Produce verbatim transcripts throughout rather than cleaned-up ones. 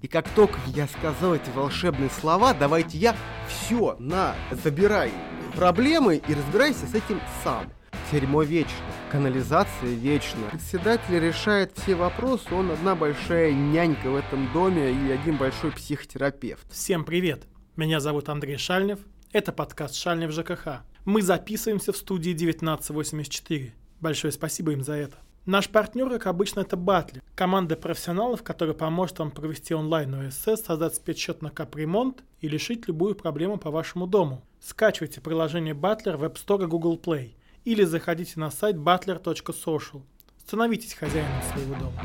И как только я сказал эти волшебные слова, давайте я все, на, забирай проблемы и разбирайся с этим сам. Тюрьма вечна, канализация вечна. Председатель решает все вопросы, он одна большая нянька в этом доме и один большой психотерапевт. Всем привет, меня зовут Андрей Шальнев, это подкаст «Шальнев ЖКХ». Мы записываемся в студии девятнадцать восемьдесят четыре. Большое спасибо им за это. Наш партнер, как обычно, это Батлер, команда профессионалов, которая поможет вам провести онлайн о эс эс, создать спецсчет на капремонт и решить любую проблему по вашему дому. Скачивайте приложение Батлер в App Store и Google Play или заходите на сайт батлер точка соушиал. Становитесь хозяином своего дома.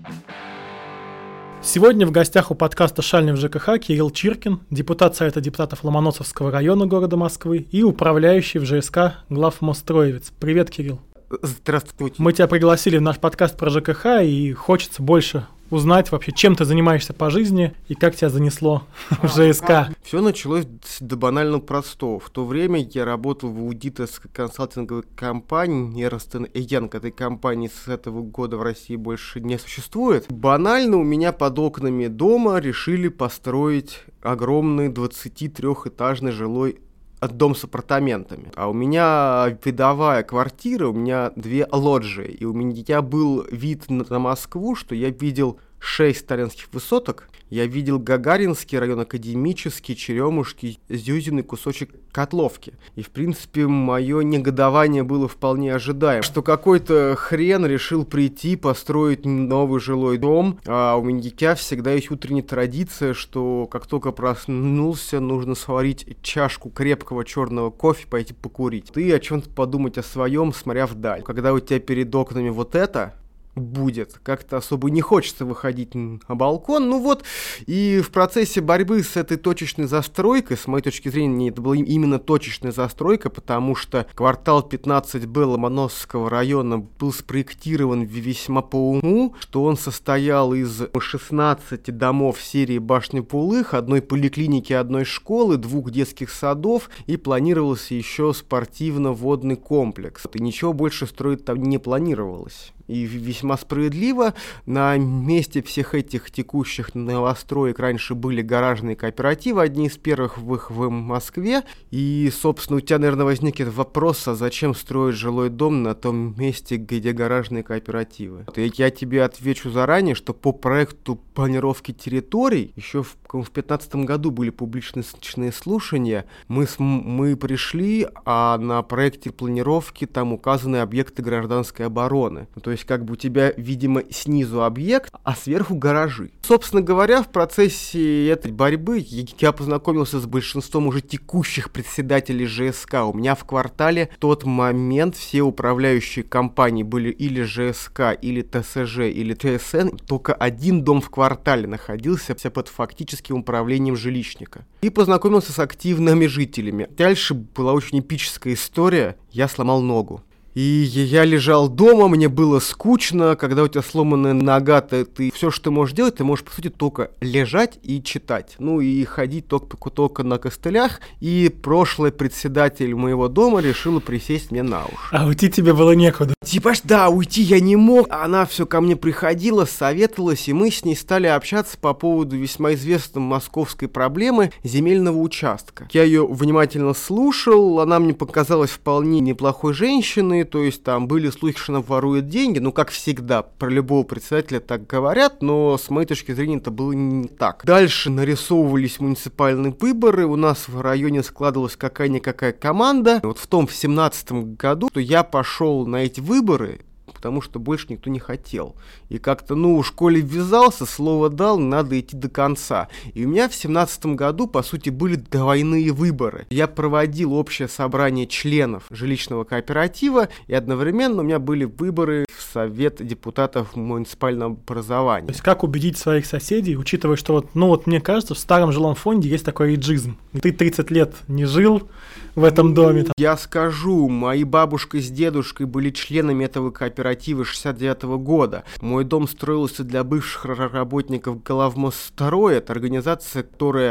Сегодня в гостях у подкаста «Шальнев ЖКХ» Кирилл Чиркин, депутат Совета депутатов Ломоносовского района города Москвы и управляющий в ЖСК главмосстроевец. Привет, Кирилл. Здравствуйте. Мы тебя пригласили в наш подкаст про ЖКХ, и хочется больше узнать вообще, чем ты занимаешься по жизни и как тебя занесло в ЖСК. Все началось до банально простого. В то время я работал в аудиторской консалтинговой компании Ernst энд Young. Этой компании с этого года в России больше не существует. Банально у меня под окнами дома решили построить огромный двадцатитрёхэтажный жилой дом с апартаментами. А у меня видовая квартира, у меня две лоджии. И у меня был вид на, на Москву, что я видел шесть сталинских высоток. Я видел Гагаринский район, Академический, Черемушки, Зюзиный, кусочек Котловки. И, в принципе, мое негодование было вполне ожидаемо. Что какой-то хрен решил прийти, построить новый жилой дом. А у меня всегда есть утренняя традиция, что как только проснулся, нужно сварить чашку крепкого черного кофе, пойти покурить. Ты о чем-то подумать о своем, смотря вдаль. Когда у тебя перед окнами вот это будет. Как-то особо не хочется выходить на балкон. Ну вот, и в процессе борьбы с этой точечной застройкой, с моей точки зрения, это была именно точечная застройка, потому что квартал пятнадцать бэ Ломоносовского района был спроектирован весьма по уму, что он состоял из шестнадцати домов серии Башни Пулых, одной поликлиники, одной школы, двух детских садов, и планировался еще спортивно-водный комплекс. И ничего больше строить там не планировалось. И весьма справедливо, на месте всех этих текущих новостроек раньше были гаражные кооперативы, одни из первых в их в Москве. И, собственно, у тебя, наверное, возникнет вопрос, а зачем строить жилой дом на том месте, где гаражные кооперативы? И я тебе отвечу заранее, что по проекту планировки территорий, еще в две тысячи пятнадцатом году были публичные слушания, мы, мы пришли, а на проекте планировки там указаны объекты гражданской обороны. То есть как бы у тебя, видимо, снизу объект, а сверху гаражи. Собственно говоря, в процессе этой борьбы я познакомился с большинством уже текущих председателей ЖСК. У меня в квартале в тот момент все управляющие компании были или ЖСК, или ТСЖ, или ТСН. Только один дом в квартале находился под фактическим управлением жилищника. И познакомился с активными жителями. Дальше была очень эпическая история. Я сломал ногу. И я лежал дома, мне было скучно, когда у тебя сломанная нога, ты, ты все, что ты можешь делать, ты можешь, по сути, только лежать и читать. Ну и ходить только, только на костылях. И прошлый председатель моего дома решила присесть мне на уши. А уйти тебе было некуда. Типа, да, уйти я не мог. Она все ко мне приходила, советовалась, и мы с ней стали общаться по поводу весьма известной московской проблемы земельного участка. Я ее внимательно слушал, она мне показалась вполне неплохой женщиной. То есть там были слухи, что она ворует деньги, ну, как всегда, про любого председателя так говорят, но с моей точки зрения это было не так. Дальше нарисовывались муниципальные выборы, у нас в районе складывалась какая-никакая команда. Вот в том, в семнадцатом году, то я пошел на эти выборы, потому что больше никто не хотел. И как-то, ну, в школе ввязался, слово дал, надо идти до конца. И у меня в семнадцатом году, по сути, были двойные выборы. Я проводил общее собрание членов жилищного кооператива, и одновременно у меня были выборы в Совет депутатов муниципального образования. То есть как убедить своих соседей, учитывая, что вот, ну вот мне кажется, в старом жилом фонде есть такой эйджизм. Ты тридцать лет не жил в этом доме. Я скажу, мои бабушка с дедушкой были членами этого кооператива шестьдесят девятого года. Мой дом строился для бывших работников Главмосстроя. Это организация, которая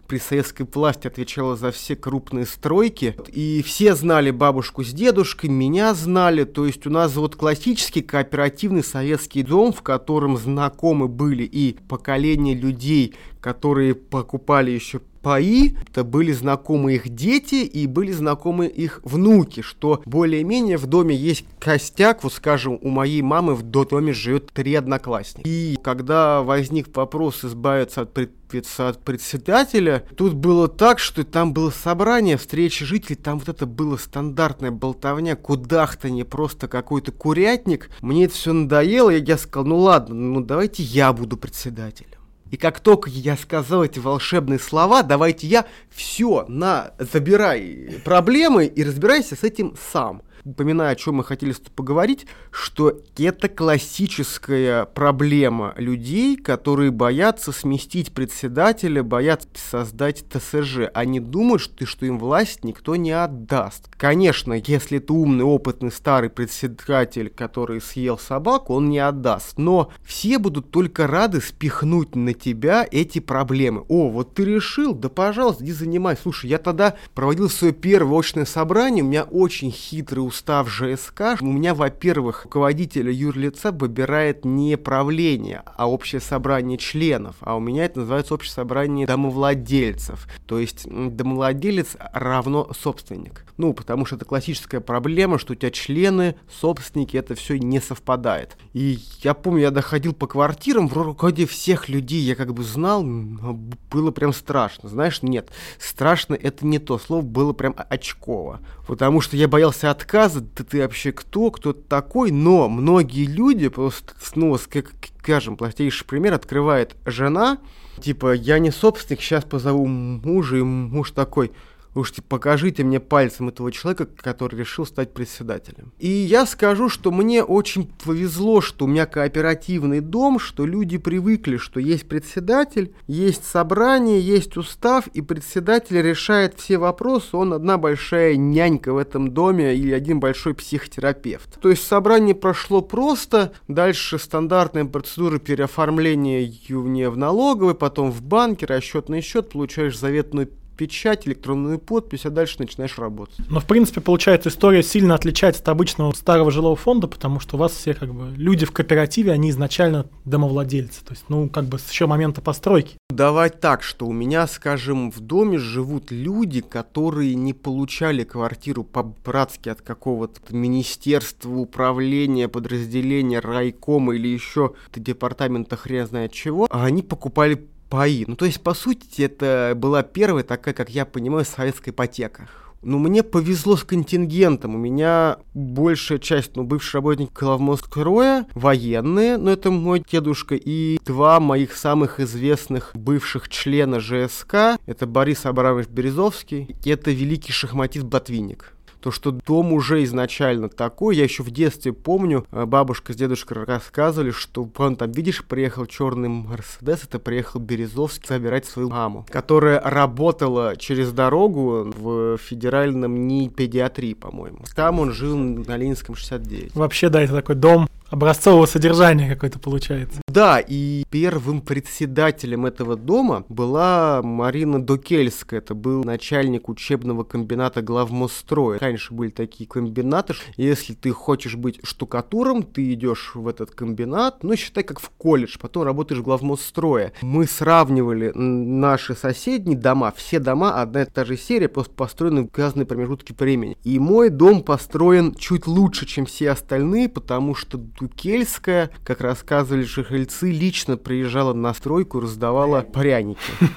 при советской власти отвечала за все крупные стройки, и все знали бабушку с дедушкой, меня знали, то есть у нас вот классический кооперативный советский дом, в котором знакомы были и поколения людей, которые покупали еще паи, это были знакомы их дети и были знакомы их внуки, что более-менее в доме есть костяк, вот скажем, у моей мамы в доме живет три одноклассника. И когда возник вопрос избавиться от предприятия, от председателя, тут было так, что там было собрание, встреча жителей, там вот это было стандартная болтовня, кудахтанье, просто какой-то курятник. Мне это все надоело, и я сказал, ну ладно, ну давайте я буду председателем. И как только я сказал эти волшебные слова, давайте я, все, на, забирай проблемы и разбирайся с этим сам. Упоминая, о чем мы хотели поговорить, что это классическая проблема людей, которые боятся сместить председателя, боятся создать ТСЖ. Они думают, что, что им власть никто не отдаст. Конечно, если это умный, опытный, старый председатель, который съел собаку, он не отдаст. Но все будут только рады спихнуть на тебя эти проблемы. О, вот ты решил? Да, пожалуйста, иди занимайся. Слушай, я тогда проводил свое первое очное собрание, у меня очень хитрый устав ЖСК. У меня, во-первых, руководителя юрлица выбирает не правление, а общее собрание членов. А у меня это называется общее собрание домовладельцев. То есть домовладелец равно собственник. Ну, потому что это классическая проблема, что у тебя члены, собственники, это все не совпадает. И я помню, я доходил по квартирам, вроде всех людей я как бы знал, было прям страшно. Знаешь, нет, страшно это не то слово, было прям очково. Потому что я боялся отказа, да ты вообще кто, кто ты такой, но многие люди, просто, ну, скажем, простейший пример, открывает жена, типа, я не собственник, сейчас позову мужа, и муж такой... Уж типа, покажите мне пальцем этого человека, который решил стать председателем. И я скажу, что мне очень повезло, что у меня кооперативный дом, что люди привыкли, что есть председатель, есть собрание, есть устав, и председатель решает все вопросы, он одна большая нянька в этом доме или один большой психотерапевт. То есть собрание прошло просто, дальше стандартная процедура переоформления в налоговой, потом в банке, расчетный счет, получаешь заветную печать, электронную подпись, а дальше начинаешь работать. Но, в принципе, получается, история сильно отличается от обычного старого жилого фонда, потому что у вас все, как бы, люди в кооперативе, они изначально домовладельцы, то есть, ну, как бы, с еще момента постройки. Давай так, что у меня, скажем, в доме живут люди, которые не получали квартиру по-братски от какого-то министерства, управления, подразделения, райкома или еще департамента хрен знает чего, а они покупали паи. Ну, то есть, по сути, это была первая такая, как я понимаю, советская ипотека. Ну, мне повезло с контингентом. У меня большая часть, ну, бывших работников Главмосстроя, военные, ну, это мой дедушка, и два моих самых известных бывших члена ЖСК, это Борис Абрамович Березовский, и это великий шахматист Ботвинник. То, что дом уже изначально такой, я еще в детстве помню, бабушка с дедушкой рассказывали, что, вон там, видишь, приехал черный Мерседес, это приехал Березовский забирать свою маму, которая работала через дорогу в федеральном НИИ педиатрии, по-моему. Там он жил на Ленинском шестьдесят девять. Вообще, да, это такой дом образцового содержания какой-то получается. Да, и первым председателем этого дома была Марина Докельская. Это был начальник учебного комбината Главмосстроя. Раньше были такие комбинаты. Если ты хочешь быть штукатуром, ты идешь в этот комбинат, ну, считай, как в колледж, потом работаешь в Главмосстроя. Мы сравнивали наши соседние дома, все дома, одна и та же серия, просто построены в разные промежутки времени. И мой дом построен чуть лучше, чем все остальные, потому что Дукельская, как рассказывали жильцы, лично приезжала на стройку, раздавала пряники.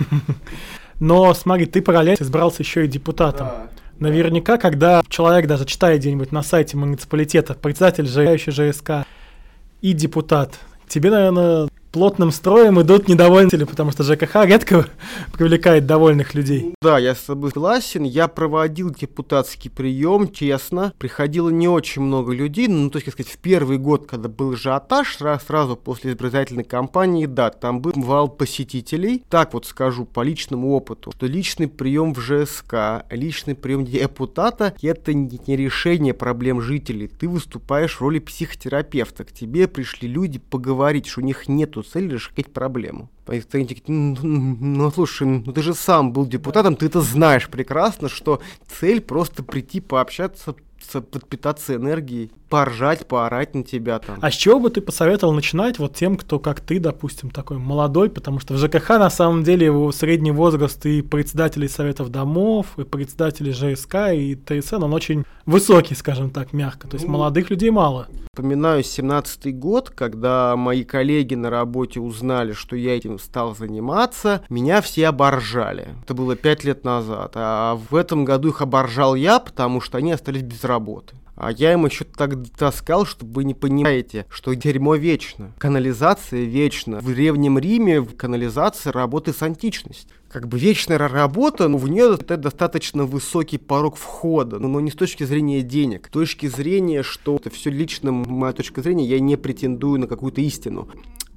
Но смотри, ты параллельно избрался еще и депутатом. Да. Наверняка, когда человек даже читает где-нибудь на сайте муниципалитета, председатель ЖСК и депутат, тебе, наверное, плотным строем идут недовольные, потому что ЖКХ редко привлекает довольных людей. Да, я с тобой согласен. Я проводил депутатский прием, честно. Приходило не очень много людей. Ну, то есть, как сказать, в первый год, когда был ажиотаж, сразу после избирательной кампании, да, там был вал посетителей. Так вот скажу по личному опыту, что личный прием в ЖСК, личный прием депутата — это не решение проблем жителей. Ты выступаешь в роли психотерапевта. К тебе пришли люди поговорить, что у них нету цель решить проблему. Ну, ну, слушай, ну ты же сам был депутатом, ты это знаешь прекрасно, что цель просто прийти пообщаться, подпитаться энергией, поржать, поорать на тебя там. А с чего бы ты посоветовал начинать вот тем, кто, как ты, допустим, такой молодой, потому что в ЖКХ на самом деле его средний возраст и председателей советов домов, и председателей ЖСК, и ТСН, он очень высокий, скажем так, мягко, то есть ну, молодых людей мало. Вспоминаю семнадцатый год, когда мои коллеги на работе узнали, что я этим стал заниматься, меня все оборжали. Это было пять лет назад, а в этом году их оборжал я, потому что они остались без работы. А я им еще так таскал, что вы не понимаете, что дерьмо вечно. Канализация вечна. В Древнем Риме в канализации работает с античности. Как бы вечная работа, но в нее это достаточно высокий порог входа, но не с точки зрения денег, с точки зрения, что это все лично моя точка зрения, я не претендую на какую-то истину.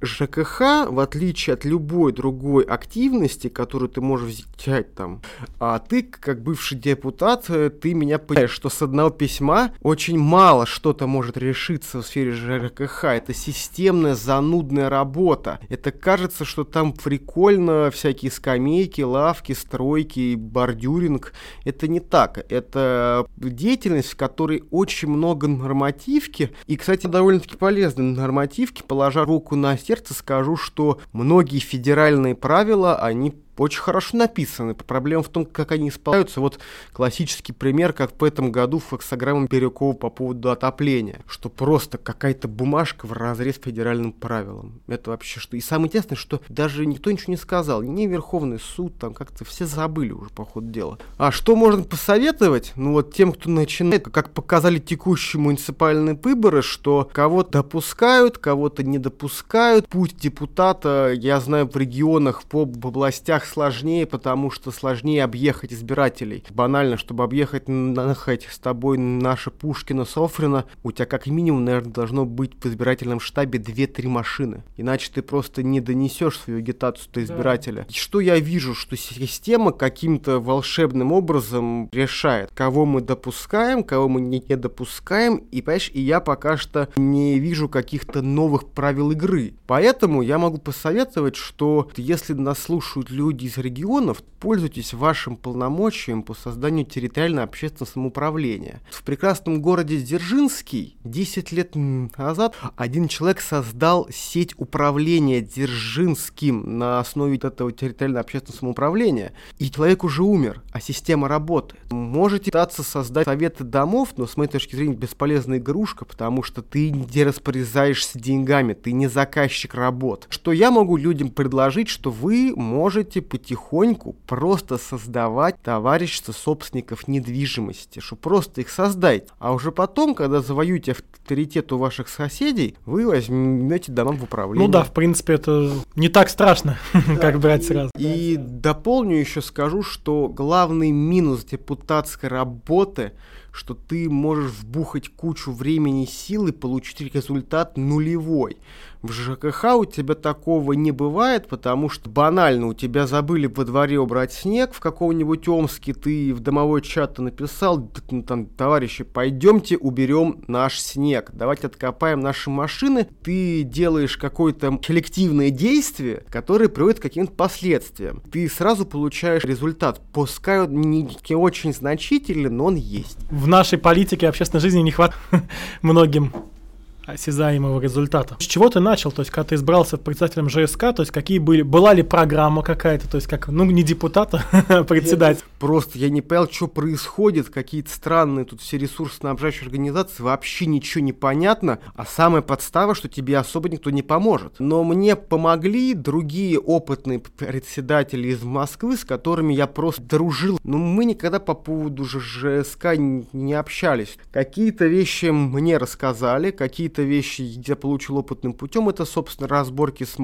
ЖКХ, в отличие от любой другой активности, которую ты можешь взять там, а ты, как бывший депутат, ты меня понимаешь, что с одного письма очень мало что-то может решиться в сфере ЖКХ. Это системная занудная работа. Это кажется, что там прикольно всякие скамейки, лавки, стройки, бордюринг. Это не так. Это деятельность, в которой очень много нормативки. И, кстати, довольно-таки полезные нормативки, положа руку на сердце, скажу, что многие федеральные правила, они очень хорошо написаны. Проблема в том, как они исполняются. Вот классический пример, как в этом году факсограмма Бирюкова по поводу отопления. Что просто какая-то бумажка вразрез федеральным правилам. Это вообще что? И самое интересное, что даже никто ничего не сказал. Ни Верховный суд, там как-то все забыли уже по ходу дела. А что можно посоветовать? Ну вот тем, кто начинает, как показали текущие муниципальные выборы, что кого-то допускают, кого-то не допускают. Путь депутата, я знаю, в регионах, в областях сложнее, потому что сложнее объехать избирателей. Банально, чтобы объехать, нахать с тобой наши Пушкина, Софрина, у тебя как минимум, наверное, должно быть в избирательном штабе две-три машины. Иначе ты просто не донесешь свою агитацию до избирателя. Да. Что я вижу, что система каким-то волшебным образом решает, кого мы допускаем, кого мы не допускаем, и, понимаешь, и я пока что не вижу каких-то новых правил игры. Поэтому я могу посоветовать, что если нас слушают люди из регионов, пользуйтесь вашим полномочием по созданию территориального общественного самоуправления. В прекрасном городе Дзержинский десять лет назад один человек создал сеть управления Дзержинским на основе этого территориального общественного самоуправления, и человек уже умер, а система работает. Можете пытаться создать советы домов, но с моей точки зрения бесполезная игрушка, потому что ты не распоряжаешься деньгами, ты не заказчик работ. Что я могу людям предложить, что вы можете потихоньку просто создавать товарищество собственников недвижимости, что просто их создать, а уже потом, когда завоюете авторитет у ваших соседей, вы возьмете дома в управление. Ну да, в принципе, это не так страшно, как брать сразу. И дополню еще, скажу, что главный минус депутатской работы, что ты можешь вбухать кучу времени и сил и получить результат нулевой. В ЖКХ у тебя такого не бывает, потому что банально у тебя забыли во дворе убрать снег в каком-нибудь Омске, ты в домовой чат написал, там, товарищи, пойдемте уберем наш снег, давайте откопаем наши машины. Ты делаешь какое-то коллективное действие, которое приводит к каким-то последствиям. Ты сразу получаешь результат, пускай он не, не очень значительный, но он есть. В нашей политике общественной жизни не хватает многим осязаемого результата. С чего ты начал? То есть, когда ты избрался председателем ЖСК, то есть, какие были, была ли программа какая-то, то есть, как, ну, не депутата, а председатель? Просто я не понял, что происходит, какие-то странные тут все ресурсоснабжающие организации, вообще ничего не понятно, а самая подстава, что тебе особо никто не поможет. Но мне помогли другие опытные председатели из Москвы, с которыми я просто дружил. Но мы никогда по поводу ЖСК не общались. Какие-то вещи мне рассказали, какие-то вещи я получил опытным путем, это, собственно, разборки с,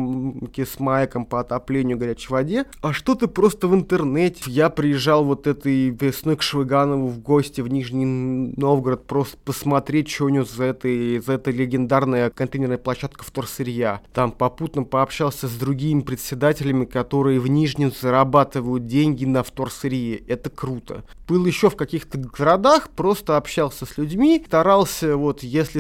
с Майком по отоплению горячей воде, а что-то просто в интернете. Я приезжал вот этой весной к Швыганову в гости в Нижний Новгород просто посмотреть, что у него за этой, за этой легендарная контейнерная площадка вторсырья. Там попутно пообщался с другими председателями, которые в Нижнем зарабатывают деньги на вторсырье. Это круто. Был еще в каких-то городах, просто общался с людьми, старался вот, если с кем-то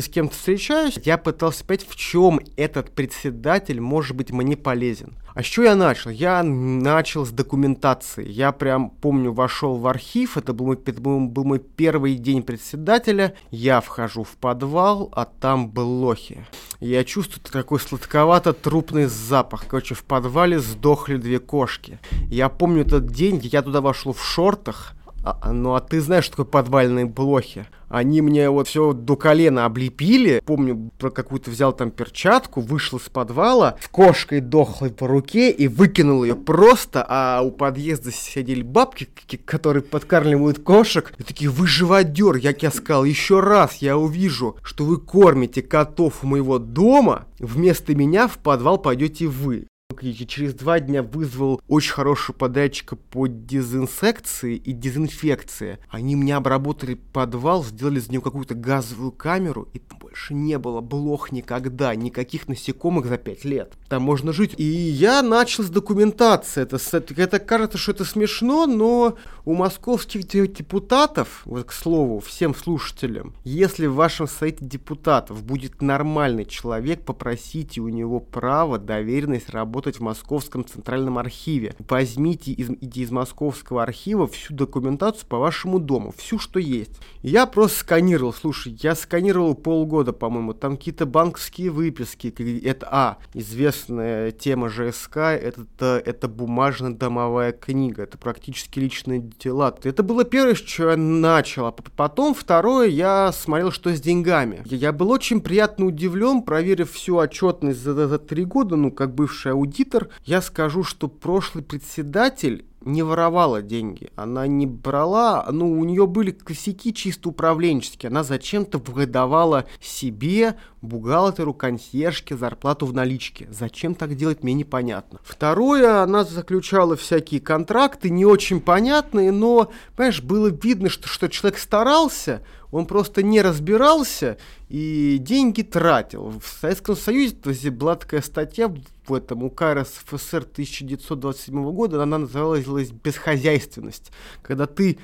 встречаюсь, я пытался понять, в чем этот председатель может быть мне полезен. А с чего я начал? Я начал с документации. Я прям, помню, вошел в архив, это был мой, это был, был мой первый день председателя. Я вхожу в подвал, а там блохи. Я чувствую такой сладковато-трупный запах. Короче, в подвале сдохли две кошки. Я помню этот день, я туда вошел в шортах. А, ну, а ты знаешь, что такое подвальные блохи? Они мне вот все до колена облепили. Помню, про какую-то взял там перчатку, вышел из подвала с кошкой дохлой по руке и выкинул ее просто, а у подъезда сидели бабки, которые подкармливают кошек. И такие: вы живодер, я тебе сказал, еще раз я увижу, что вы кормите котов у моего дома, вместо меня в подвал пойдете вы. Через два дня вызвал очень хорошего подрядчика по дезинсекции и дезинфекции. Они мне обработали подвал, сделали из него какую-то газовую камеру, и там больше не было блох никогда, никаких насекомых за пять лет. Там можно жить. И я начал с документации. Это, это кажется, что это смешно, но у московских депутатов, вот к слову, всем слушателям, если в вашем совете депутатов будет нормальный человек, попросите у него право, доверенность работать в Московском центральном архиве. Возьмите из, из Московского архива всю документацию по вашему дому, всю, что есть. Я просто сканировал, слушай, я сканировал полгода, по-моему, там какие-то банковские выписки, это, а, известная тема ЖСК, это, это, это бумажная домовая книга, это практически личные дела. Это было первое, с чего я начал, а потом второе, я смотрел, что с деньгами. Я, я был очень приятно удивлен, проверив всю отчетность за, за три года, ну, как бывший аудитор, я скажу, что прошлый председатель не воровала деньги, она не брала, ну, у нее были косяки чисто управленческие, она зачем-то выдавала себе, бухгалтеру, консьержке зарплату в наличке. Зачем так делать, мне непонятно. Второе, она заключала всякие контракты, не очень понятные, но, понимаешь, было видно, что, что человек старался, он просто не разбирался и деньги тратил. В Советском Союзе была такая статья в этом УК РСФСР тысяча девятьсот двадцать седьмого года, она называлась «Бесхозяйственность». Когда ты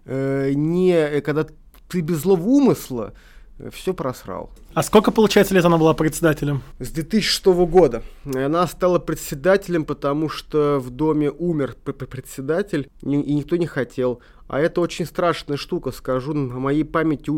э, не, когда ты без злого умысла э, все просрал. А сколько, получается, лет она была председателем? С две тысячи шестого года. Она стала председателем, потому что в доме умер председатель, и никто не хотел. А это очень страшная штука, скажу, на моей памяти,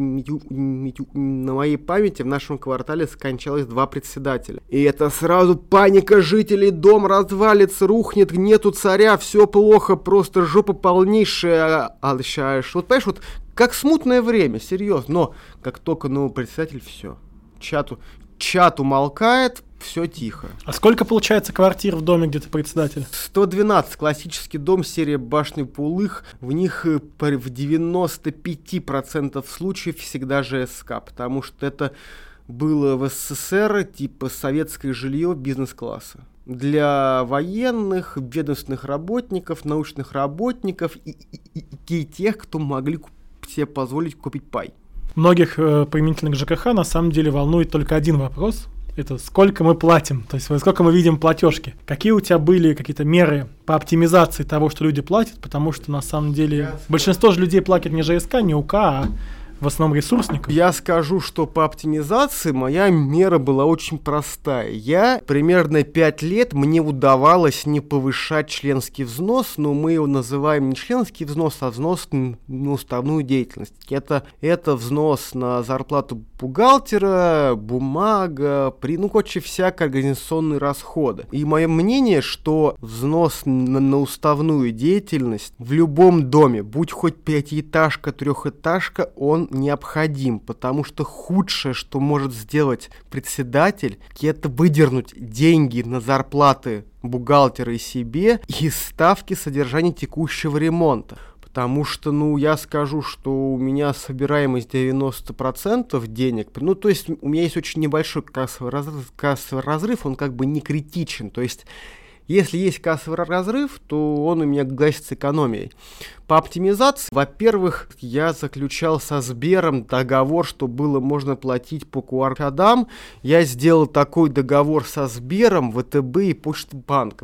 на моей памяти в нашем квартале скончалось два председателя. И это сразу паника жителей, дом развалится, рухнет, нету царя, все плохо, просто жопа полнейшая, ощущаешь. Вот понимаешь, вот как смутное время, серьезно, но как только новый председатель, все, чату, чат умолкает, все тихо. А сколько получается квартир в доме, где ты председатель? сто двенадцать, классический дом, серия Башни Пулых. В них в девяносто пять процентов случаев всегда ЖСК, потому что это было в СССР типа советское жилье бизнес-класса. Для военных, ведомственных работников, научных работников и, и, и, и тех, кто могли себе позволить купить пай. Многих э, применительных к ЖКХ на самом деле волнует только один вопрос. Это сколько мы платим, то есть сколько мы видим платежки. Какие у тебя были какие-то меры по оптимизации того, что люди платят, потому что на самом деле Я большинство же людей платят не ЖСК, не УК, а в основном ресурсников. Я скажу, что по оптимизации моя мера была очень простая. Я примерно пять лет мне удавалось не повышать членский взнос, но мы его называем не членский взнос, а взнос на уставную деятельность. Это, это взнос на зарплату бухгалтера, бумага, при, ну, короче, всякие организационные расходы. И мое мнение, что взнос на, на уставную деятельность в любом доме, будь хоть пятиэтажка, трехэтажка, он необходим, потому что худшее, что может сделать председатель, это выдернуть деньги на зарплаты бухгалтера и себе из ставки содержания текущего ремонта. Потому что, ну, я скажу, что у меня собираемость девяносто процентов денег, ну, то есть у меня есть очень небольшой кассовый разрыв, кассовый разрыв, он как бы не критичен, то есть если есть кассовый разрыв, то он у меня гасится экономией. По оптимизации, во-первых, я заключал со Сбером договор, что было можно платить по ку ар-кодам. Я сделал такой договор со Сбером, ВТБ и Почтбанком. Ну,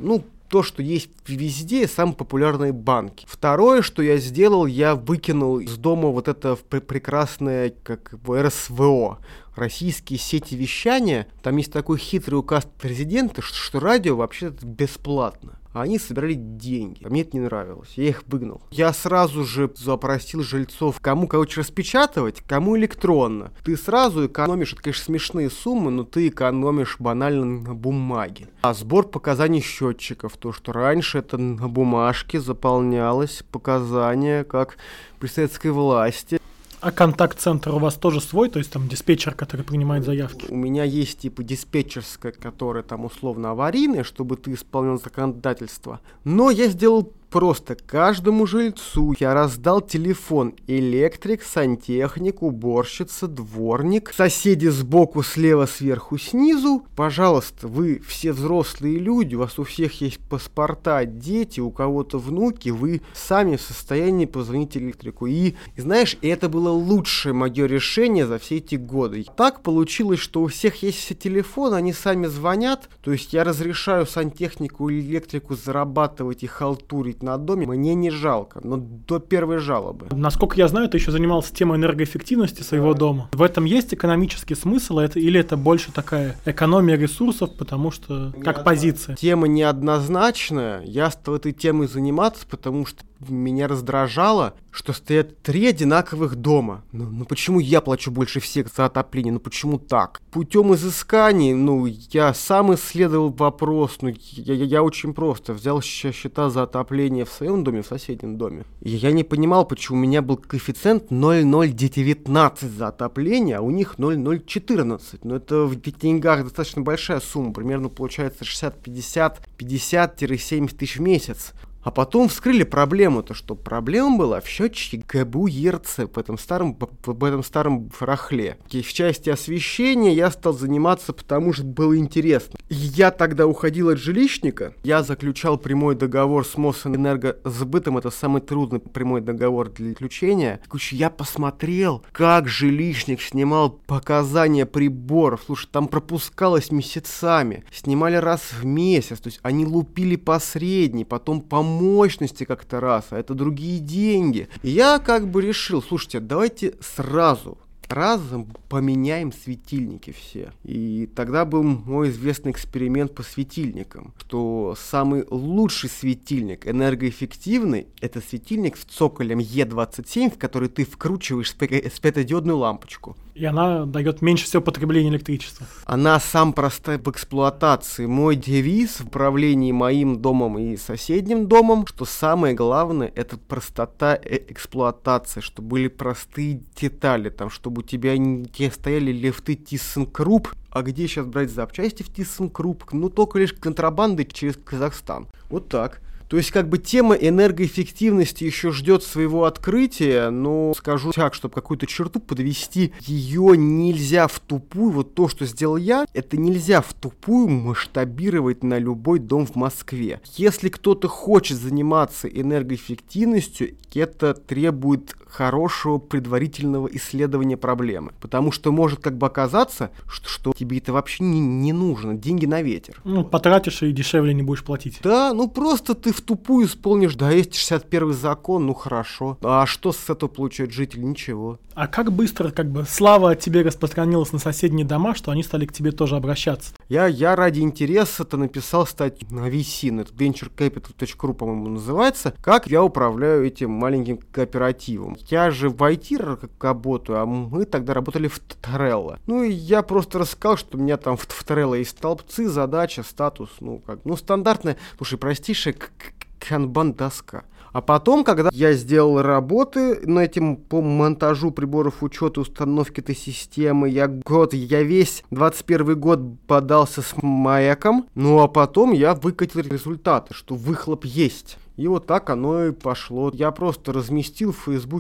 то, что есть везде, самые популярные банки. Второе, что я сделал, я выкинул из дома вот это прекрасное, как эр эс вэ о, российские сети вещания. Там есть такой хитрый указ президента, что, что радио вообще-то бесплатно. А они собирали деньги. А мне это не нравилось. Я их выгнал. Я сразу же запросил жильцов, кому, короче, распечатывать, кому электронно. Ты сразу экономишь, это, конечно, смешные суммы, но ты экономишь банально на бумаге. А сбор показаний счетчиков, то, что раньше это на бумажке заполнялось показания, как при советской власти. А контакт-центр у вас тоже свой, то есть там диспетчер, который принимает заявки? У меня есть типа диспетчерская, которая там условно аварийная, чтобы ты исполнял законодательство. Но я сделал просто каждому жильцу я раздал телефон: электрик, сантехник, уборщица, дворник, соседи сбоку, слева, сверху, снизу. Пожалуйста, вы все взрослые люди, у вас у всех есть паспорта, дети, у кого-то внуки, вы сами в состоянии позвонить электрику. И, и знаешь, это было лучшее мое решение за все эти годы. Так получилось, что у всех есть все телефоны, они сами звонят, то есть я разрешаю сантехнику и электрику зарабатывать и халтурить на доме, мне не жалко, но до первой жалобы. Насколько я знаю, ты еще занимался темой энергоэффективности своего да. дома. В этом есть экономический смысл, это, или это больше такая экономия ресурсов, потому что как Неодно... позиция? Тема неоднозначная, я стал этой темой заниматься, потому что меня раздражало, что стоят три одинаковых дома. Ну, ну почему я плачу больше всех за отопление? Ну почему так? Путем изысканий, ну я сам исследовал вопрос, ну я, я, я очень просто взял счета за отопление в своем доме, в соседнем доме. И я не понимал, почему у меня был коэффициент ноль целых ноль девятнадцать за отопление, а у них ноль целых ноль четырнадцать. Но это в деньгах достаточно большая сумма, примерно получается шестьдесят пятьдесят, пятьдесят-семьдесят тысяч в месяц. А потом вскрыли проблему-то, что проблема была в счетчике гэ бэ у и эр цэ, в этом старом, в этом старом фарахле. И в части освещения я стал заниматься, потому что было интересно. Я тогда уходил от жилищника, я заключал прямой договор с Мосэнергосбытом, это самый трудный прямой договор для заключения. Я посмотрел, как жилищник снимал показания приборов. Слушай, там пропускалось месяцами, снимали раз в месяц, то есть они лупили по средней, потом по мощности как-то раз, а это другие деньги. И я как бы решил, слушайте, давайте сразу разом поменяем светильники все. И тогда был мой известный эксперимент по светильникам, что самый лучший светильник, энергоэффективный, это светильник с цоколем е двадцать семь, в который ты вкручиваешь светодиодную лампочку. И она дает меньше всего потребления электричества. Она сам простая в эксплуатации. Мой девиз в управлении моим домом и соседним домом, что самое главное, это простота эксплуатации, чтобы были простые детали, там, чтобы у тебя не стояли лифты ThyssenKrupp. А где сейчас брать запчасти в ThyssenKrupp? Ну, только лишь контрабанды через Казахстан. Вот так. То есть, как бы, тема энергоэффективности еще ждет своего открытия, но скажу так, чтобы какую-то черту подвести, ее нельзя в тупую, вот то, что сделал я, это нельзя в тупую масштабировать на любой дом в Москве. Если кто-то хочет заниматься энергоэффективностью, это требует хорошего предварительного исследования проблемы. Потому что может как бы оказаться, что, что тебе это вообще не, не нужно, деньги на ветер. Ну, потратишь и дешевле не будешь платить. Да, ну просто ты в тупую исполнишь двести шестьдесят первый закон, ну хорошо. А что с этого получает житель? Ничего. А как быстро как бы слава о тебе распространилась на соседние дома, что они стали к тебе тоже обращаться? Я, я ради интереса-то написал статью на ви си, это венчур капитал точка ру, по-моему, называется, как я управляю этим маленьким кооперативом. Я же в ай ти работаю, а мы тогда работали в Trello. Ну и я просто рассказал, что у меня там в Trello есть столбцы, задача, статус, ну как, ну стандартная, слушай, простейшая канбан-доска. А потом, когда я сделал работы над этим по монтажу приборов учета установки этой системы, я год, я весь двадцать первый год подался с маяком, ну а потом я выкатил результаты, что выхлоп есть. И вот так оно и пошло. Я просто разместил в Фейсбуке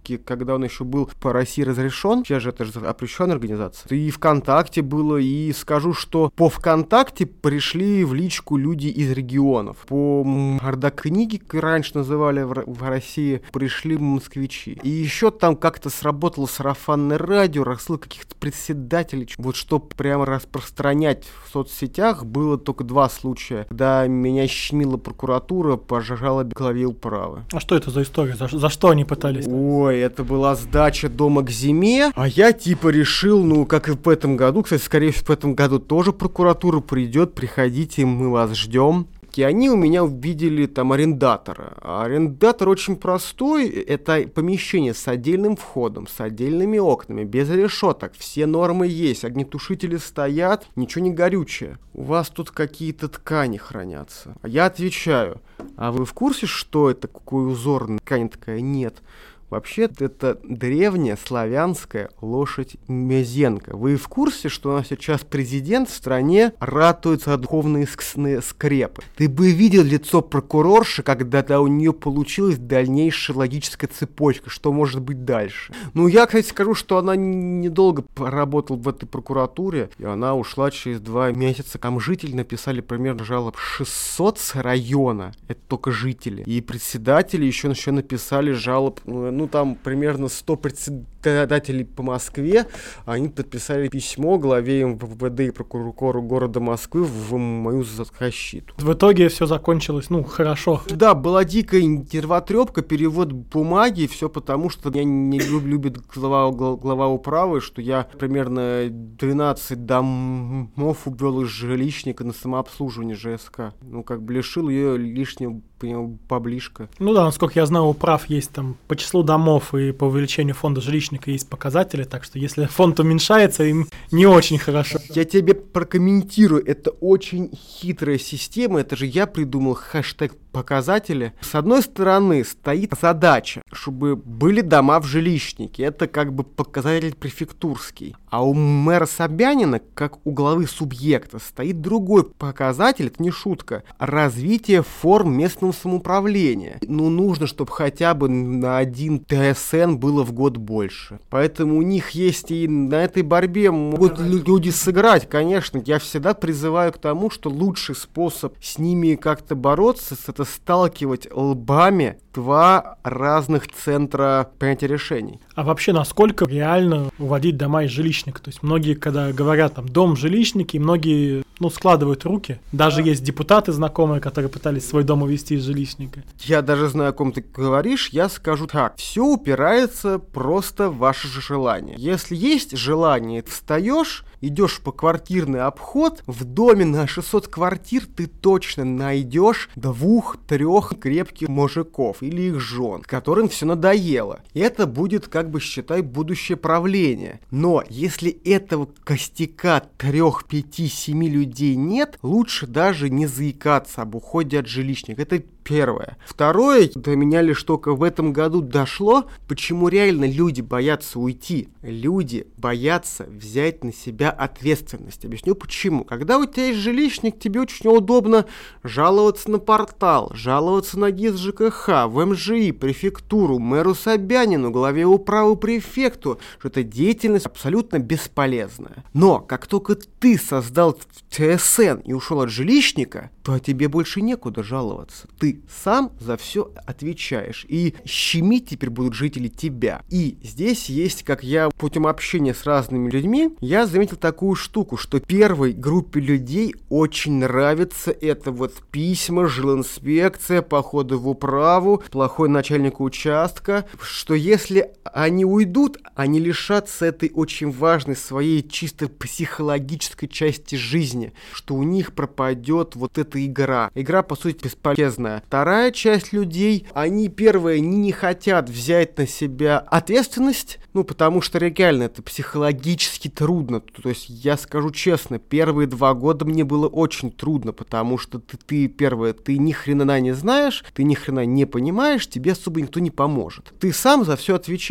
Фейсбуке, когда он еще был по России разрешен, сейчас же это же запрещенная организация, и ВКонтакте было, и скажу, что по ВКонтакте пришли в личку люди из регионов. По Мордокниге, как раньше называли в, в России, пришли москвичи. И еще там как-то сработало сарафанное радио, рассылка каких-то председателей. Вот что прямо распространять в соцсетях, было только два случая, когда меня щемила прокуратура по жалобе главе управы. А что это за история? За, за что они пытались? Ой, это была сдача дома к зиме, а я типа решил, ну, как и в этом году, кстати, скорее всего, в этом году тоже прокуратура придет, приходите, мы вас ждем. И они у меня увидели там арендатора. А арендатор очень простой. Это помещение с отдельным входом, с отдельными окнами, без решеток. Все нормы есть, огнетушители стоят, ничего не горючее. У вас тут какие-то ткани хранятся. А я отвечаю, а вы в курсе, что это, какой узор на ткани такая? Нет. Вообще, это древняя славянская лошадь Мезенко. Вы в курсе, что у нас сейчас президент в стране ратует за духовные скрепы? Ты бы видел лицо прокурорши, когда-то у нее получилась дальнейшая логическая цепочка, что может быть дальше. Ну, я, кстати, скажу, что она недолго поработала в этой прокуратуре, и она ушла через два месяца. Там жители написали примерно жалоб шестьсот с района, это только жители. И председатели еще, еще написали жалоб, ну, Ну, там примерно сто председателей по Москве, они подписали письмо главе эм вэ дэ и прокурору города Москвы в мою защиту. В итоге все закончилось, ну, хорошо. Да, была дикая нервотрепка, перевод бумаги, все потому, что меня не любит глава, глава управы, что я примерно двенадцать домов увел из жилищника на самообслуживание жэ эс ка. Ну, как бы лишил ее лишнего поближка. Ну да, насколько я знаю, у прав есть там по числу домов и по увеличению фонда жилищника есть показатели, так что если фонд уменьшается, им не очень хорошо. Я тебе прокомментирую, это очень хитрая система, это же я придумал хэштег показатели. С одной стороны стоит задача, чтобы были дома в жилищнике, это как бы показатель префектурский. А у мэра Собянина, как у главы субъекта, стоит другой показатель, это не шутка, развитие форм местного самоуправления. Ну, нужно, чтобы хотя бы на один тэ эс эн было в год больше. Поэтому у них есть и на этой борьбе могут люди сыграть, конечно. Я всегда призываю к тому, что лучший способ с ними как-то бороться, это сталкивать лбами два разных центра принятия решений. А вообще, насколько реально уводить дома из жилищника? То есть многие, когда говорят там дом в жилищнике, многие, ну, складывают руки. Даже есть депутаты знакомые, которые пытались свой дом увести из жилищника. Я даже знаю, о ком ты говоришь, я скажу так. Все упирается просто в ваше же желание. Если есть желание, ты встаешь, идешь по квартирный обход, в доме на шестьсот квартир ты точно найдешь двух-трех крепких мужиков или их жен, которым все надоело. И это будет, как бы, считай, будущее правление. Но если этого костяка трех, пяти, семи людей нет, лучше даже не заикаться об уходе от жилищника. Это первое. Второе, до меня лишь только в этом году дошло, почему реально люди боятся уйти. Люди боятся взять на себя ответственность. Объясню почему. Когда у тебя есть жилищник, тебе очень удобно жаловаться на портал, жаловаться на ГИС жэ ка ха, в эм жэ и, префектуру, мэру Собянину, главе управы, префекту, что эта деятельность абсолютно бесполезная. Но как только ты создал тэ эс эн и ушел от жилищника, то тебе больше некуда жаловаться. Ты сам за все отвечаешь. И щемить теперь будут жители тебя. И здесь есть, как я путем общения с разными людьми, я заметил такую штуку, что первой группе людей очень нравится это вот письма, жилинспекция, походы в управу, плохой начальник участка, что если они уйдут, они лишатся этой очень важной своей чисто психологической части жизни, что у них пропадет вот эта игра. Игра, по сути, бесполезная. Вторая часть людей, они, первое, они не хотят взять на себя ответственность, ну, потому что реально это психологически трудно. То есть, я скажу честно, первые два года мне было очень трудно, потому что ты, ты первое, ты ни хрена не знаешь, ты ни хрена не понимаешь, тебе особо никто не поможет. Ты сам за все отвечаешь,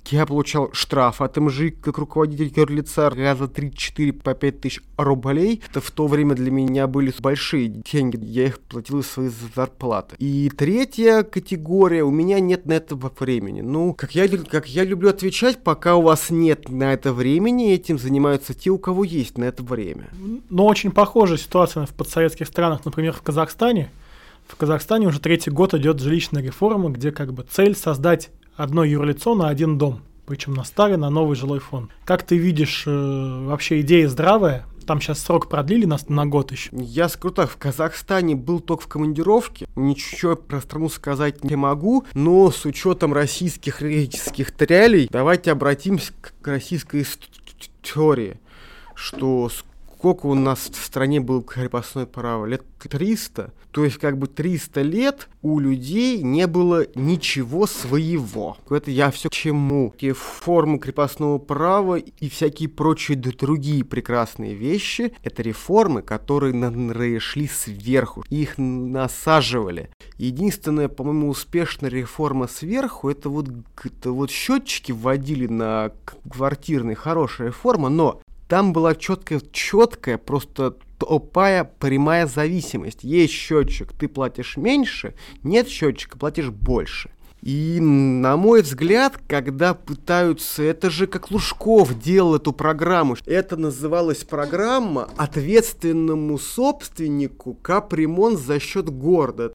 я получал штраф от эм жэ как руководитель юрлица раза три-четыре по пять тысяч рублей. Это в то время для меня были большие деньги, я их платил из своей зарплаты. И третья категория, у меня нет на это времени. Ну, как я, как я люблю отвечать, пока у вас нет на это времени, этим занимаются те, у кого есть на это время. Но очень похожая ситуация в подсоветских странах, например, в Казахстане. В Казахстане уже третий год идет жилищная реформа, где как бы цель создать одно юрлицо на один дом, причем на старый, на новый жилой фонд. Как ты видишь, э, вообще идея здравая? Там сейчас срок продлили на, на год еще. Я скажу так, в Казахстане был только в командировке, ничего про страну сказать не могу, но с учетом российских юридических реалий, давайте обратимся к российской истории, что сколько у нас в стране было крепостное право? Лет триста? То есть как бы триста лет у людей не было ничего своего. Это я все к чему. Те формы крепостного права и всякие прочие другие прекрасные вещи, это реформы, которые шли сверху. Их насаживали. Единственная, по-моему, успешная реформа сверху, это вот, это вот счетчики вводили на квартирные, хорошая реформа, но там была четкая, четкая, просто тупая, прямая зависимость. Есть счетчик, ты платишь меньше, нет счетчика, платишь больше. И, на мой взгляд, когда пытаются... Это же как Лужков делал эту программу. Это называлась программа «Ответственному собственнику капремонт за счет города».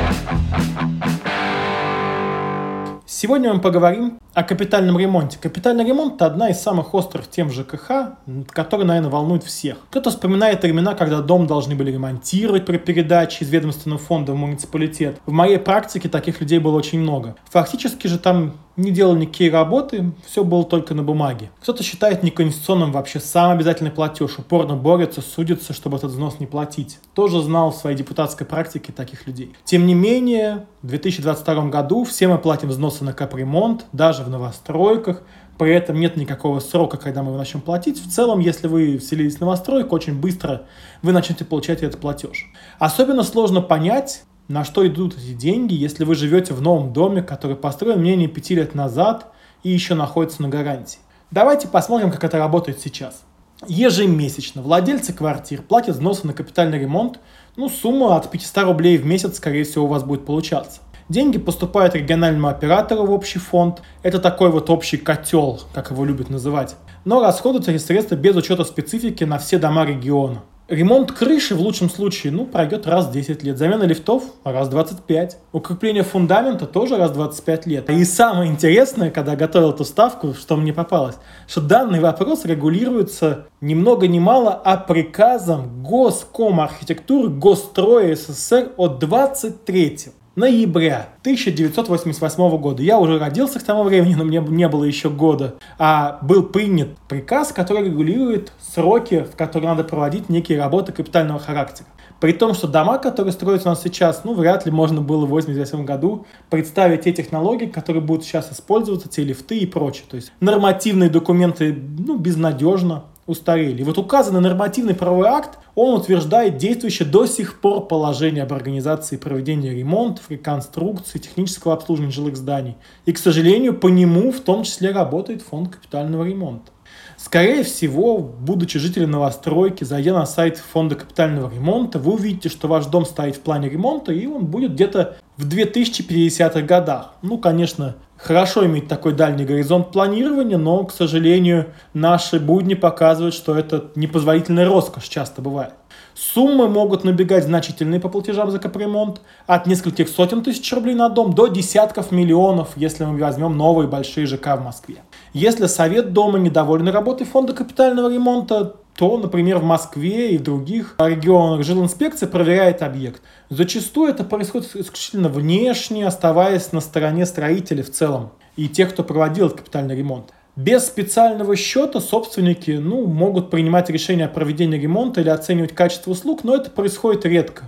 Сегодня мы поговорим о капитальном ремонте. Капитальный ремонт – это одна из самых острых тем ЖКХ, которая, наверное, волнует всех. Кто-то вспоминает времена, когда дом должны были ремонтировать при передаче из ведомственного фонда в муниципалитет. В моей практике таких людей было очень много. Фактически же там не делали никакие работы, все было только на бумаге. Кто-то считает неконституционным вообще сам обязательный платеж, упорно борется, судится, чтобы этот взнос не платить. Тоже знал в своей депутатской практике таких людей. Тем не менее, в две тысячи двадцать втором году все мы платим взносы на капремонт, даже в новостройках. При этом нет никакого срока, когда мы его начнем платить. В целом, если вы вселились в новостройку, очень быстро вы начнете получать этот платеж. Особенно сложно понять, на что идут эти деньги, если вы живете в новом доме, который построен менее пяти лет назад и еще находится на гарантии. Давайте посмотрим, как это работает сейчас. Ежемесячно владельцы квартир платят взносы на капитальный ремонт. Ну, сумма от пятьсот рублей в месяц, скорее всего, у вас будет получаться. Деньги поступают региональному оператору в общий фонд. Это такой вот общий котел, как его любят называть. Но расходуются эти средства без учета специфики на все дома региона. Ремонт крыши в лучшем случае ну, пройдет раз в десять лет. Замена лифтов раз в двадцать пять. Укрепление фундамента тоже раз в двадцать пять лет. И самое интересное, когда готовил эту ставку, что мне попалось, что данный вопрос регулируется ни много ни мало, а приказом Госкомархитектуры Госстроя СССР от двадцать третьего ноября тысяча девятьсот восемьдесят восьмого года. Я уже родился к тому времени, но мне не было еще года. А был принят приказ, который регулирует сроки, в которые надо проводить некие работы капитального характера. При том, что дома, которые строятся у нас сейчас, ну, вряд ли можно было в восемьдесят восьмом году представить те технологии, которые будут сейчас использоваться, те лифты и прочее. То есть нормативные документы, ну, безнадежно устарели. И вот указанный нормативный правовой акт, он утверждает действующее до сих пор положение об организации проведения ремонтов, реконструкции, технического обслуживания жилых зданий. И, к сожалению, по нему в том числе работает фонд капитального ремонта. Скорее всего, будучи жителем новостройки, зайдя на сайт фонда капитального ремонта, вы увидите, что ваш дом стоит в плане ремонта, и он будет где-то в две тысячи пятидесятых годах. Ну, конечно, хорошо иметь такой дальний горизонт планирования, но, к сожалению, наши будни показывают, что это непозволительная роскошь часто бывает. Суммы могут набегать значительные по платежам за капремонт, от нескольких сотен тысяч рублей на дом до десятков миллионов, если мы возьмем новые большие ЖК в Москве. Если совет дома недоволен работой фонда капитального ремонта, то, например, в Москве и в других регионах жилинспекция проверяет объект. Зачастую это происходит исключительно внешне, оставаясь на стороне строителей в целом и тех, кто проводил этот капитальный ремонт. Без специального счета собственники ну, могут принимать решение о проведении ремонта или оценивать качество услуг, но это происходит редко.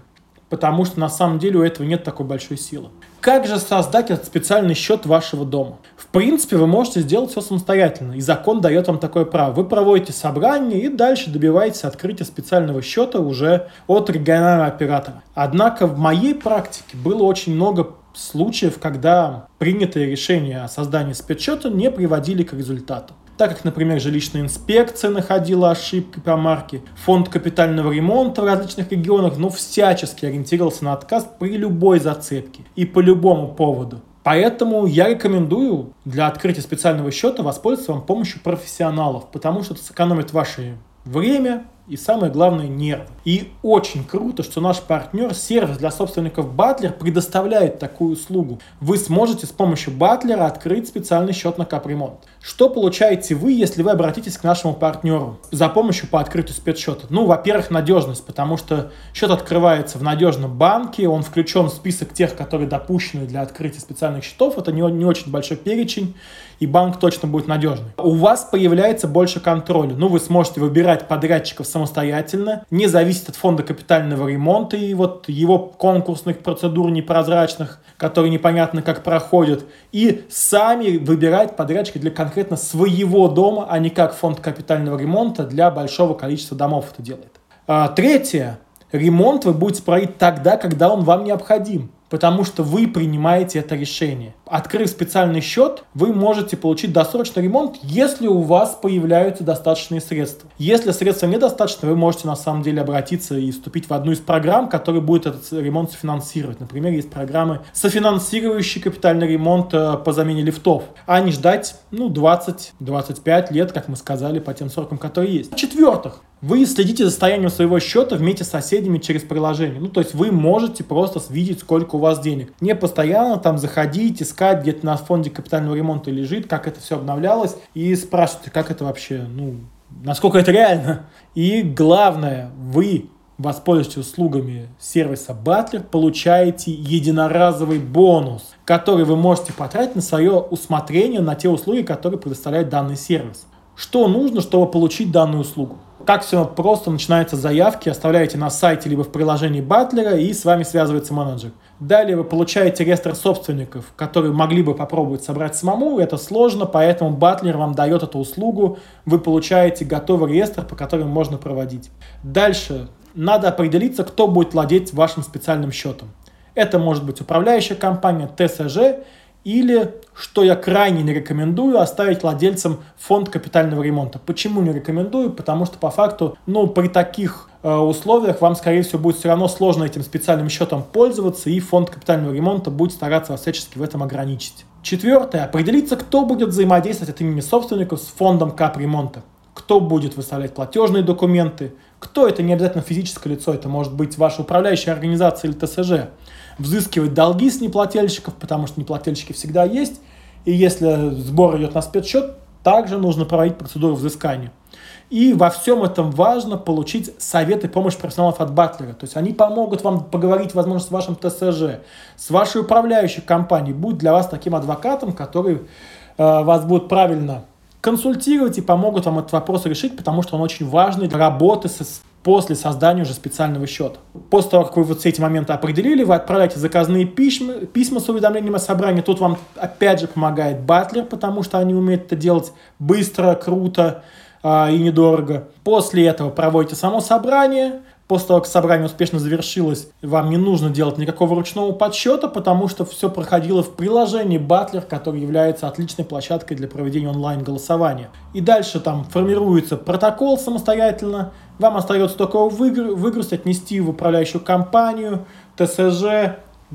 потому что на самом деле у этого нет такой большой силы. Как же создать этот специальный счет вашего дома? В принципе, вы можете сделать все самостоятельно, и закон дает вам такое право. Вы проводите собрание и дальше добиваетесь открытия специального счета уже от регионального оператора. Однако в моей практике было очень много случаев, когда принятые решения о создании спецсчета не приводили к результату. Так как, например, жилищная инспекция находила ошибки по марке, фонд капитального ремонта в различных регионах, ну, всячески ориентировался на отказ при любой зацепке и по любому поводу. Поэтому я рекомендую для открытия специального счета воспользоваться вам помощью профессионалов, потому что это сэкономит ваше время и, самое главное, нервы. И очень круто, что наш партнер, сервис для собственников Батлер, предоставляет такую услугу. Вы сможете с помощью Батлера открыть специальный счет на капремонт. Что получаете вы, если вы обратитесь к нашему партнеру за помощью по открытию спецсчета? Ну, во-первых, надежность, потому что счет открывается в надежном банке, он включен в список тех, которые допущены для открытия специальных счетов. Это не, не очень большой перечень, и банк точно будет надежный. У вас появляется больше контроля. Ну, вы сможете выбирать подрядчиков самостоятельно, не зависит от фонда капитального ремонта и вот его конкурсных процедур непрозрачных, которые непонятно как проходят, и сами выбирать подрядчика для конкретно своего дома, а не как фонд капитального ремонта для большого количества домов это делает. А, третье. Ремонт вы будете проводить тогда, когда он вам необходим, потому что вы принимаете это решение. Открыв специальный счет, вы можете получить досрочный ремонт, если у вас появляются достаточные средства. Если средств недостаточно, вы можете на самом деле обратиться и вступить в одну из программ, которая будет этот ремонт софинансировать. Например, есть программы, софинансирующие капитальный ремонт по замене лифтов, а не ждать ну, двадцать-двадцать пять лет, как мы сказали, по тем срокам, которые есть. В-четвертых, вы следите за состоянием своего счета вместе с соседями через приложение. Ну, то есть вы можете просто видеть, сколько у вас денег. Не постоянно там заходить, искать, где-то на фонде капитального ремонта лежит, как это все обновлялось, и спрашивайте, как это вообще, ну, насколько это реально. И главное, вы, воспользуйтесь услугами сервиса Батлер, получаете единоразовый бонус, который вы можете потратить на свое усмотрение, на те услуги, которые предоставляет данный сервис. Что нужно, чтобы получить данную услугу? Как все просто, начинаются заявки, оставляете на сайте либо в приложении Батлера, и с вами связывается менеджер. Далее вы получаете реестр собственников, которые могли бы попробовать собрать самому, это сложно, поэтому Батлер вам дает эту услугу, вы получаете готовый реестр, по которому можно проводить. Дальше надо определиться, кто будет владеть вашим специальным счетом. Это может быть управляющая компания, ТСЖ, или, что я крайне не рекомендую, оставить владельцам фонд капитального ремонта. Почему не рекомендую? Потому что по факту, ну, при таких э, условиях вам, скорее всего, будет все равно сложно этим специальным счетом пользоваться, и фонд капитального ремонта будет стараться вас всячески в этом ограничить. Четвертое. Определиться, кто будет взаимодействовать от имени собственников с фондом капремонта. Кто будет выставлять платежные документы, кто это, не обязательно физическое лицо, это может быть ваша управляющая организация или ТСЖ. Взыскивать долги с неплательщиков, потому что неплательщики всегда есть. И если сбор идет на спецсчет, также нужно проводить процедуру взыскания. И во всем этом важно получить совет и помощь профессионалов от Батлера. То есть они помогут вам поговорить, возможно, с вашим ТСЖ, с вашей управляющей компанией. Будет для вас таким адвокатом, который э, вас будет правильно консультировать и помогут вам этот вопрос решить, потому что он очень важный для работы с после создания уже специального счета. После того, как вы вот все эти моменты определили, вы отправляете заказные письма, письма с уведомлением о собрании. Тут вам опять же помогает Батлер, потому что они умеют это делать быстро, круто э, и недорого. После этого проводите само собрание. После того, как собрание успешно завершилось, вам не нужно делать никакого ручного подсчета, потому что все проходило в приложении Батлер, который является отличной площадкой для проведения онлайн-голосования. И дальше там формируется протокол самостоятельно. Вам остается только его выгр- выгрузить, отнести в управляющую компанию, ТСЖ,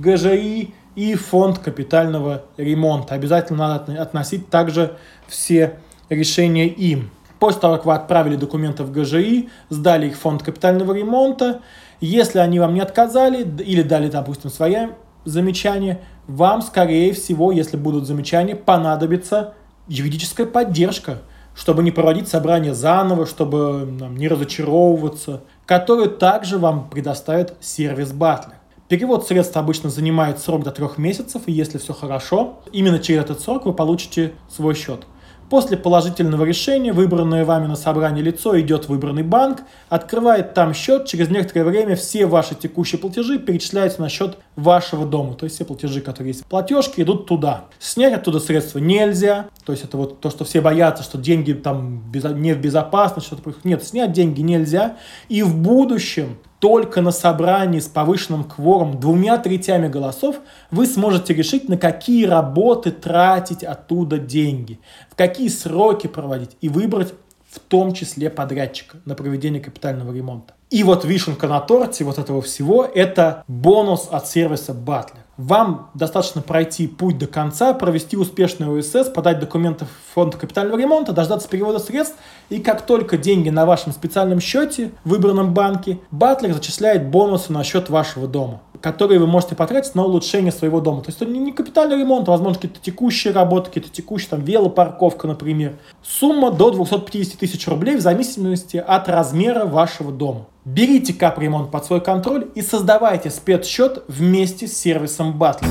ГЖИ и фонд капитального ремонта. Обязательно надо относить также все решения им. После того, как вы отправили документы в ГЖИ, сдали их в фонд капитального ремонта, если они вам не отказали или дали, допустим, свои замечания, вам, скорее всего, если будут замечания, понадобится юридическая поддержка, чтобы не проводить собрание заново, чтобы там, не разочаровываться, которую также вам предоставит сервис Батлер. Перевод средств обычно занимает срок до трех месяцев, и если все хорошо, именно через этот срок вы получите свой счет. После положительного решения выбранное вами на собрании лицо идет в выбранный банк, открывает там счет, через некоторое время все ваши текущие платежи перечисляются на счет вашего дома. То есть все платежи, которые есть, платежки идут туда. Снять оттуда средства нельзя, то есть это вот то, что все боятся, что деньги там не в безопасности, что-то. Нет, снять деньги нельзя. И в будущем только на собрании с повышенным кворумом двумя третями голосов вы сможете решить, на какие работы тратить оттуда деньги, в какие сроки проводить и выбрать в том числе подрядчика на проведение капитального ремонта. И вот вишенка на торте вот этого всего – это бонус от сервиса Батлер. Вам достаточно пройти путь до конца, провести успешный о эс эс, подать документы в фонд капитального ремонта, дождаться перевода средств, и как только деньги на вашем специальном счете в выбранном банке, Батлер зачисляет бонусы на счет вашего дома, которые вы можете потратить на улучшение своего дома. То есть это не капитальный ремонт, а, возможно, какие-то текущие работы, какие-то текущие, там, велопарковка, например. Сумма до двести пятьдесят тысяч рублей в зависимости от размера вашего дома. Берите капремонт под свой контроль и создавайте спецсчет вместе с сервисом Батлер.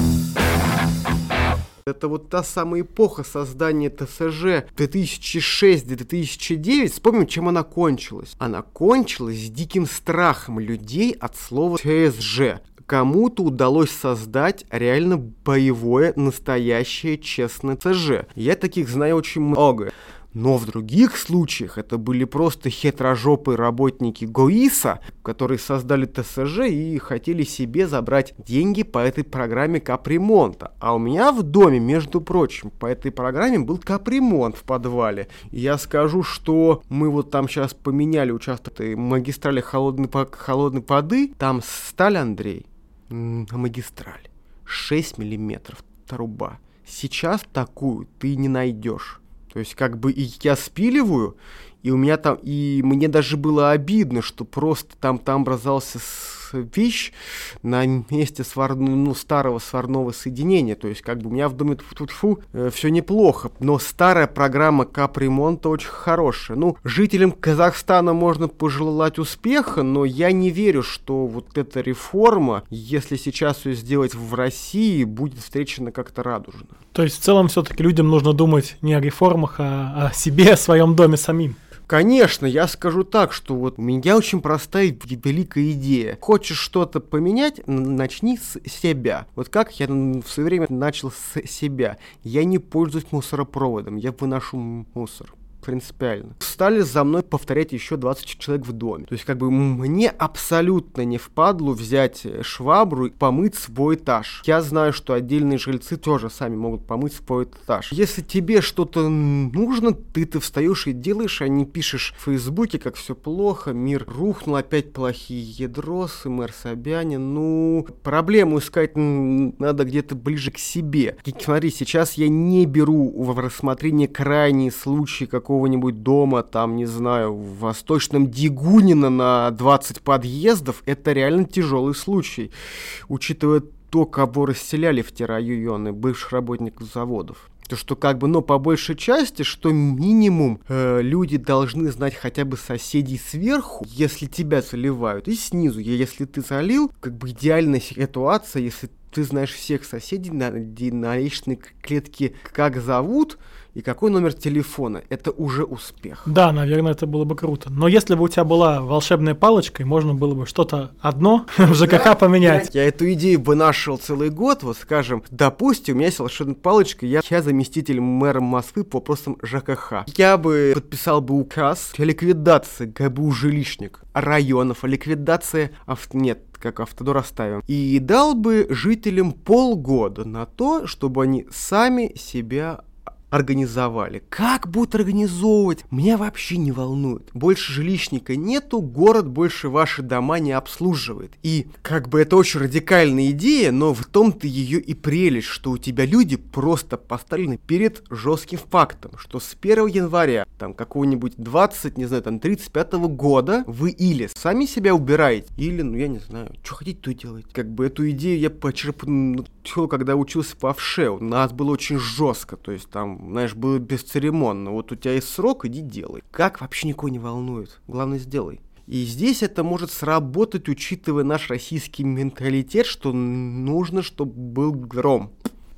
Это вот та самая эпоха создания тэ эс жэ две тысячи шестого — две тысячи девятого. Вспомним, чем она кончилась. Она кончилась диким страхом людей от слова тэ эс жэ. Кому-то удалось создать реально боевое, настоящее, честное тэ эс жэ. Я таких знаю очень много. Но в других случаях это были просто хитрожопые работники ГОИСа, которые создали тэ эс жэ и хотели себе забрать деньги по этой программе капремонта. А у меня в доме, между прочим, по этой программе был капремонт в подвале. И я скажу, что мы вот там сейчас поменяли участок магистрали холодной, холодной воды. Там сталь, Андрей, на магистрали шесть миллиметров труба. Сейчас такую ты не найдешь. То есть, как бы, и я спиливаю, и у меня там, и мне даже было обидно, что просто там, там образовался вещь на месте сварно, ну, старого сварного соединения. То есть, как бы, у меня в доме тьфу-тьфу, э, все неплохо. Но старая программа капремонта очень хорошая. Ну, жителям Казахстана можно пожелать успеха, но я не верю, что вот эта реформа, если сейчас ее сделать в России, будет встречена как-то радужно. То есть, в целом, все-таки людям нужно думать не о реформах, а о себе, о своем доме самим. Конечно, я скажу так, что вот у меня очень простая и великая идея. Хочешь что-то поменять, начни с себя. Вот как я в свое время начал с себя. Я не пользуюсь мусоропроводом, я выношу мусор. Принципиально. Стали за мной повторять еще двадцать человек в доме. То есть, как бы, мне абсолютно не впадлу взять швабру и помыть свой этаж. Я знаю, что отдельные жильцы тоже сами могут помыть свой этаж. Если тебе что-то нужно, ты ты встаешь и делаешь, а не пишешь в Фейсбуке, как все плохо, мир рухнул, опять плохие ядросы, мэр Собянин. Ну, проблему искать надо где-то ближе к себе. И смотри, сейчас я не беру в рассмотрение крайние случаи какого какого-нибудь дома, там, не знаю, в Восточном Дегунино на двадцать подъездов, это реально тяжелый случай, учитывая то, кого расселяли в те районы бывших работников заводов. То, что как бы, но по большей части, что минимум э, люди должны знать хотя бы соседей сверху, если тебя заливают, и снизу, если ты залил, как бы идеальная ситуация, если ты знаешь всех соседей на, на личной клетке, как зовут и какой номер телефона. Это уже успех. Да, наверное, это было бы круто. Но если бы у тебя была волшебная палочка, и можно было бы что-то одно в ЖКХ поменять. Я эту идею вынашивал целый год. Вот скажем, допустим, у меня есть волшебная палочка, я, я заместитель мэра Москвы по вопросам ЖКХ. Я бы подписал бы указ о ликвидации ГБУ жилищник районов, о ликвидации авто... Нет, как Автодор оставим. И дал бы жителям полгода на то, чтобы они сами себя организовали. Как будут организовывать, меня вообще не волнует. Больше жилищника нету, город больше ваши дома не обслуживает. И как бы это очень радикальная идея, но в том-то ее и прелесть, что у тебя люди просто поставлены перед жестким фактом, что с первого января там какого-нибудь двадцать, не знаю, там тридцать пятого года вы или сами себя убираете, или, ну я не знаю, что хотите, то и делаете. Как бы эту идею я почерпнул, когда учился по АВШЕ. У нас было очень жестко, то есть там, знаешь, было бесцеремонно. Вот у тебя есть срок, иди делай. Как, вообще никого не волнует. Главное, сделай. И здесь это может сработать, учитывая наш российский менталитет, что нужно, чтобы был гром.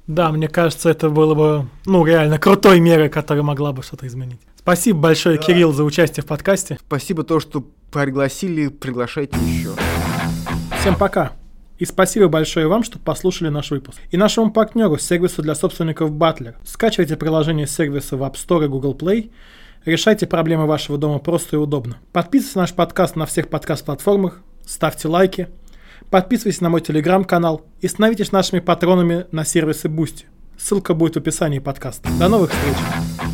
Да, мне кажется, это было бы, ну, реально крутой мерой, которая могла бы что-то изменить. Спасибо большое, да. Кирилл, за участие в подкасте. Спасибо то, что пригласили, приглашайте еще. Всем пока. И спасибо большое вам, что послушали наш выпуск. И нашему партнеру, сервису для собственников Батлер. Скачивайте приложение сервиса в App Store и Google Play. Решайте проблемы вашего дома просто и удобно. Подписывайтесь на наш подкаст на всех подкаст-платформах. Ставьте лайки. Подписывайтесь на мой телеграм-канал. И становитесь нашими патронами на сервисе Boosty. Ссылка будет в описании подкаста. До новых встреч!